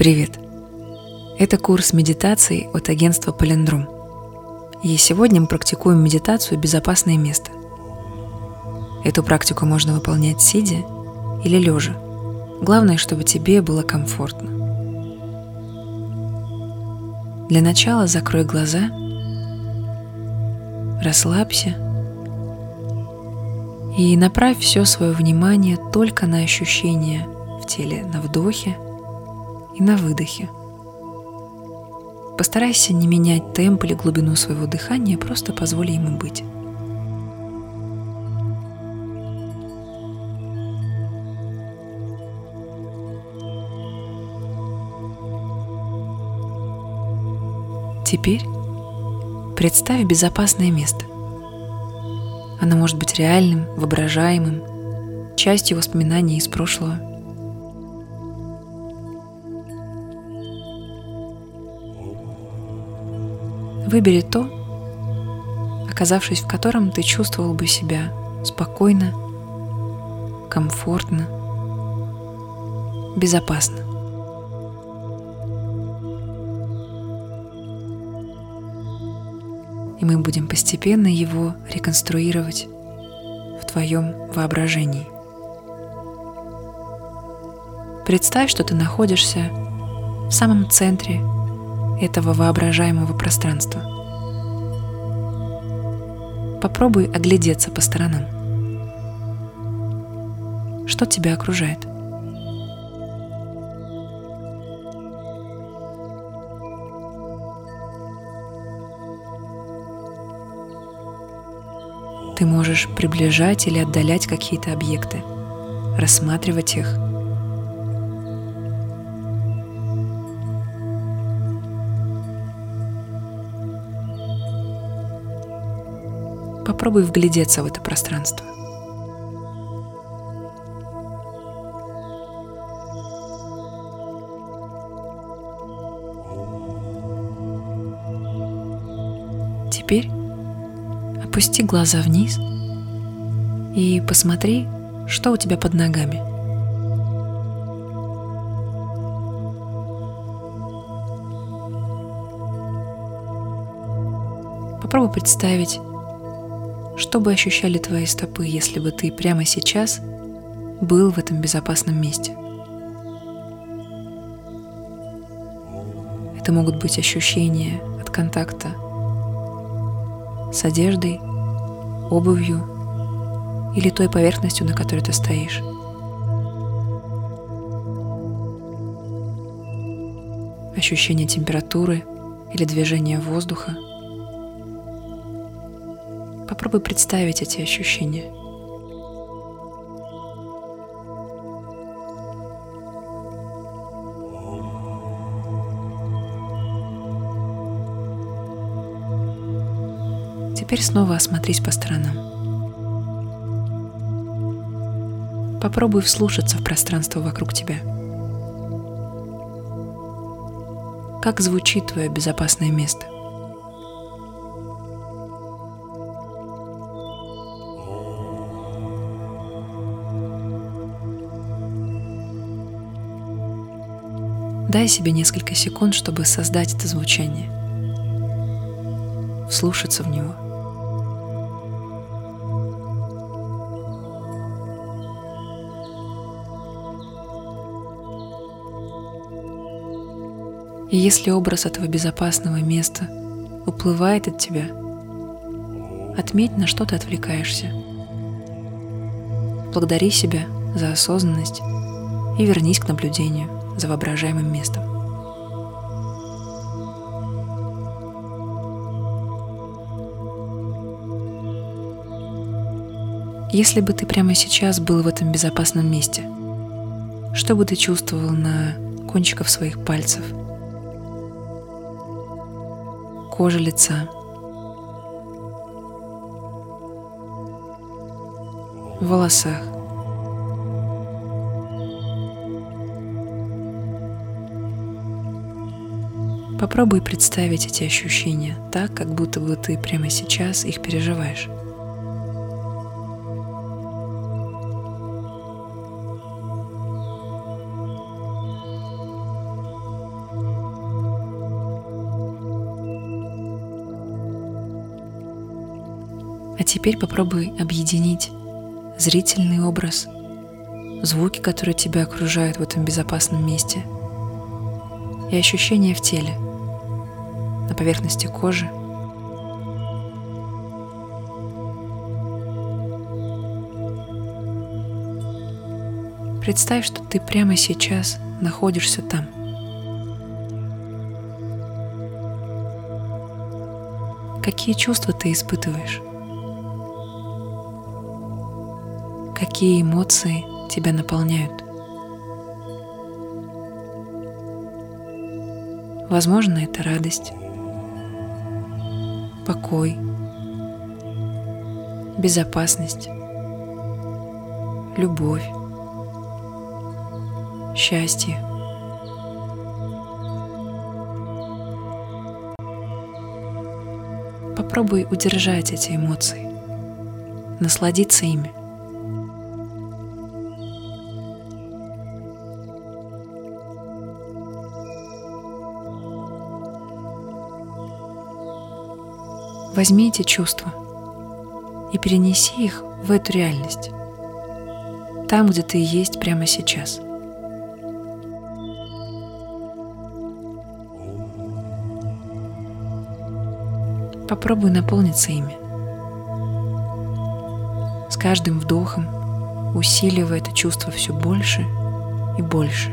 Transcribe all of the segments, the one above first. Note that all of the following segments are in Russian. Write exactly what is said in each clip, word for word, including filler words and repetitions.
Привет! Это курс медитации от агентства Palindrom. И сегодня мы практикуем медитацию «Безопасное место». Эту практику можно выполнять сидя или лежа. Главное, чтобы тебе было комфортно. Для начала закрой глаза, расслабься и направь все свое внимание только на ощущения в теле на вдохе и на выдохе. Постарайся не менять темп или глубину своего дыхания, просто позволь ему быть. Теперь представь безопасное место. Оно может быть реальным, воображаемым, частью воспоминаний из прошлого. Выбери то, оказавшись в котором ты чувствовал бы себя спокойно, комфортно, безопасно. И мы будем постепенно его реконструировать в твоем воображении. Представь, что ты находишься в самом центре этого воображаемого пространства. Попробуй оглядеться по сторонам. Что тебя окружает? Ты можешь приближать или отдалять какие-то объекты, рассматривать их. Попробуй вглядеться в это пространство. Теперь опусти глаза вниз и посмотри, что у тебя под ногами. Попробуй представить, что бы ощущали твои стопы, если бы ты прямо сейчас был в этом безопасном месте. Это могут быть ощущения от контакта с одеждой, обувью или той поверхностью, на которой ты стоишь. Ощущение температуры или движения воздуха. Попробуй представить эти ощущения. Теперь снова осмотрись по сторонам. Попробуй вслушаться в пространство вокруг тебя. Как звучит твое безопасное место? Дай себе несколько секунд, чтобы создать это звучание, вслушаться в него. И если образ этого безопасного места уплывает от тебя, отметь, на что ты отвлекаешься. Благодари себя за осознанность и вернись к наблюдению за воображаемым местом. Если бы ты прямо сейчас был в этом безопасном месте, что бы ты чувствовал на кончиках своих пальцев, коже лица, в волосах? Попробуй представить эти ощущения так, как будто бы ты прямо сейчас их переживаешь. А теперь попробуй объединить зрительный образ, звуки, которые тебя окружают в этом безопасном месте, и ощущения в теле, на поверхности кожи. Представь, что ты прямо сейчас находишься там. Какие чувства ты испытываешь? Какие эмоции тебя наполняют? Возможно, это радость, покой, безопасность, любовь, счастье. Попробуй удержать эти эмоции, насладиться ими. Возьми эти чувства и перенеси их в эту реальность, там, где ты есть прямо сейчас. Попробуй наполниться ими. С каждым вдохом усиливай это чувство все больше и больше.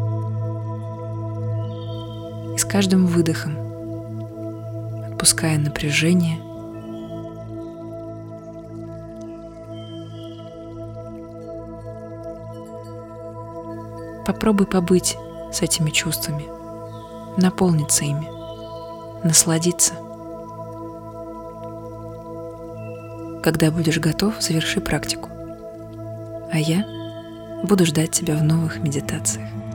И с каждым выдохом, отпуская напряжение, попробуй побыть с этими чувствами, наполниться ими, насладиться. Когда будешь готов, заверши практику, а я буду ждать тебя в новых медитациях.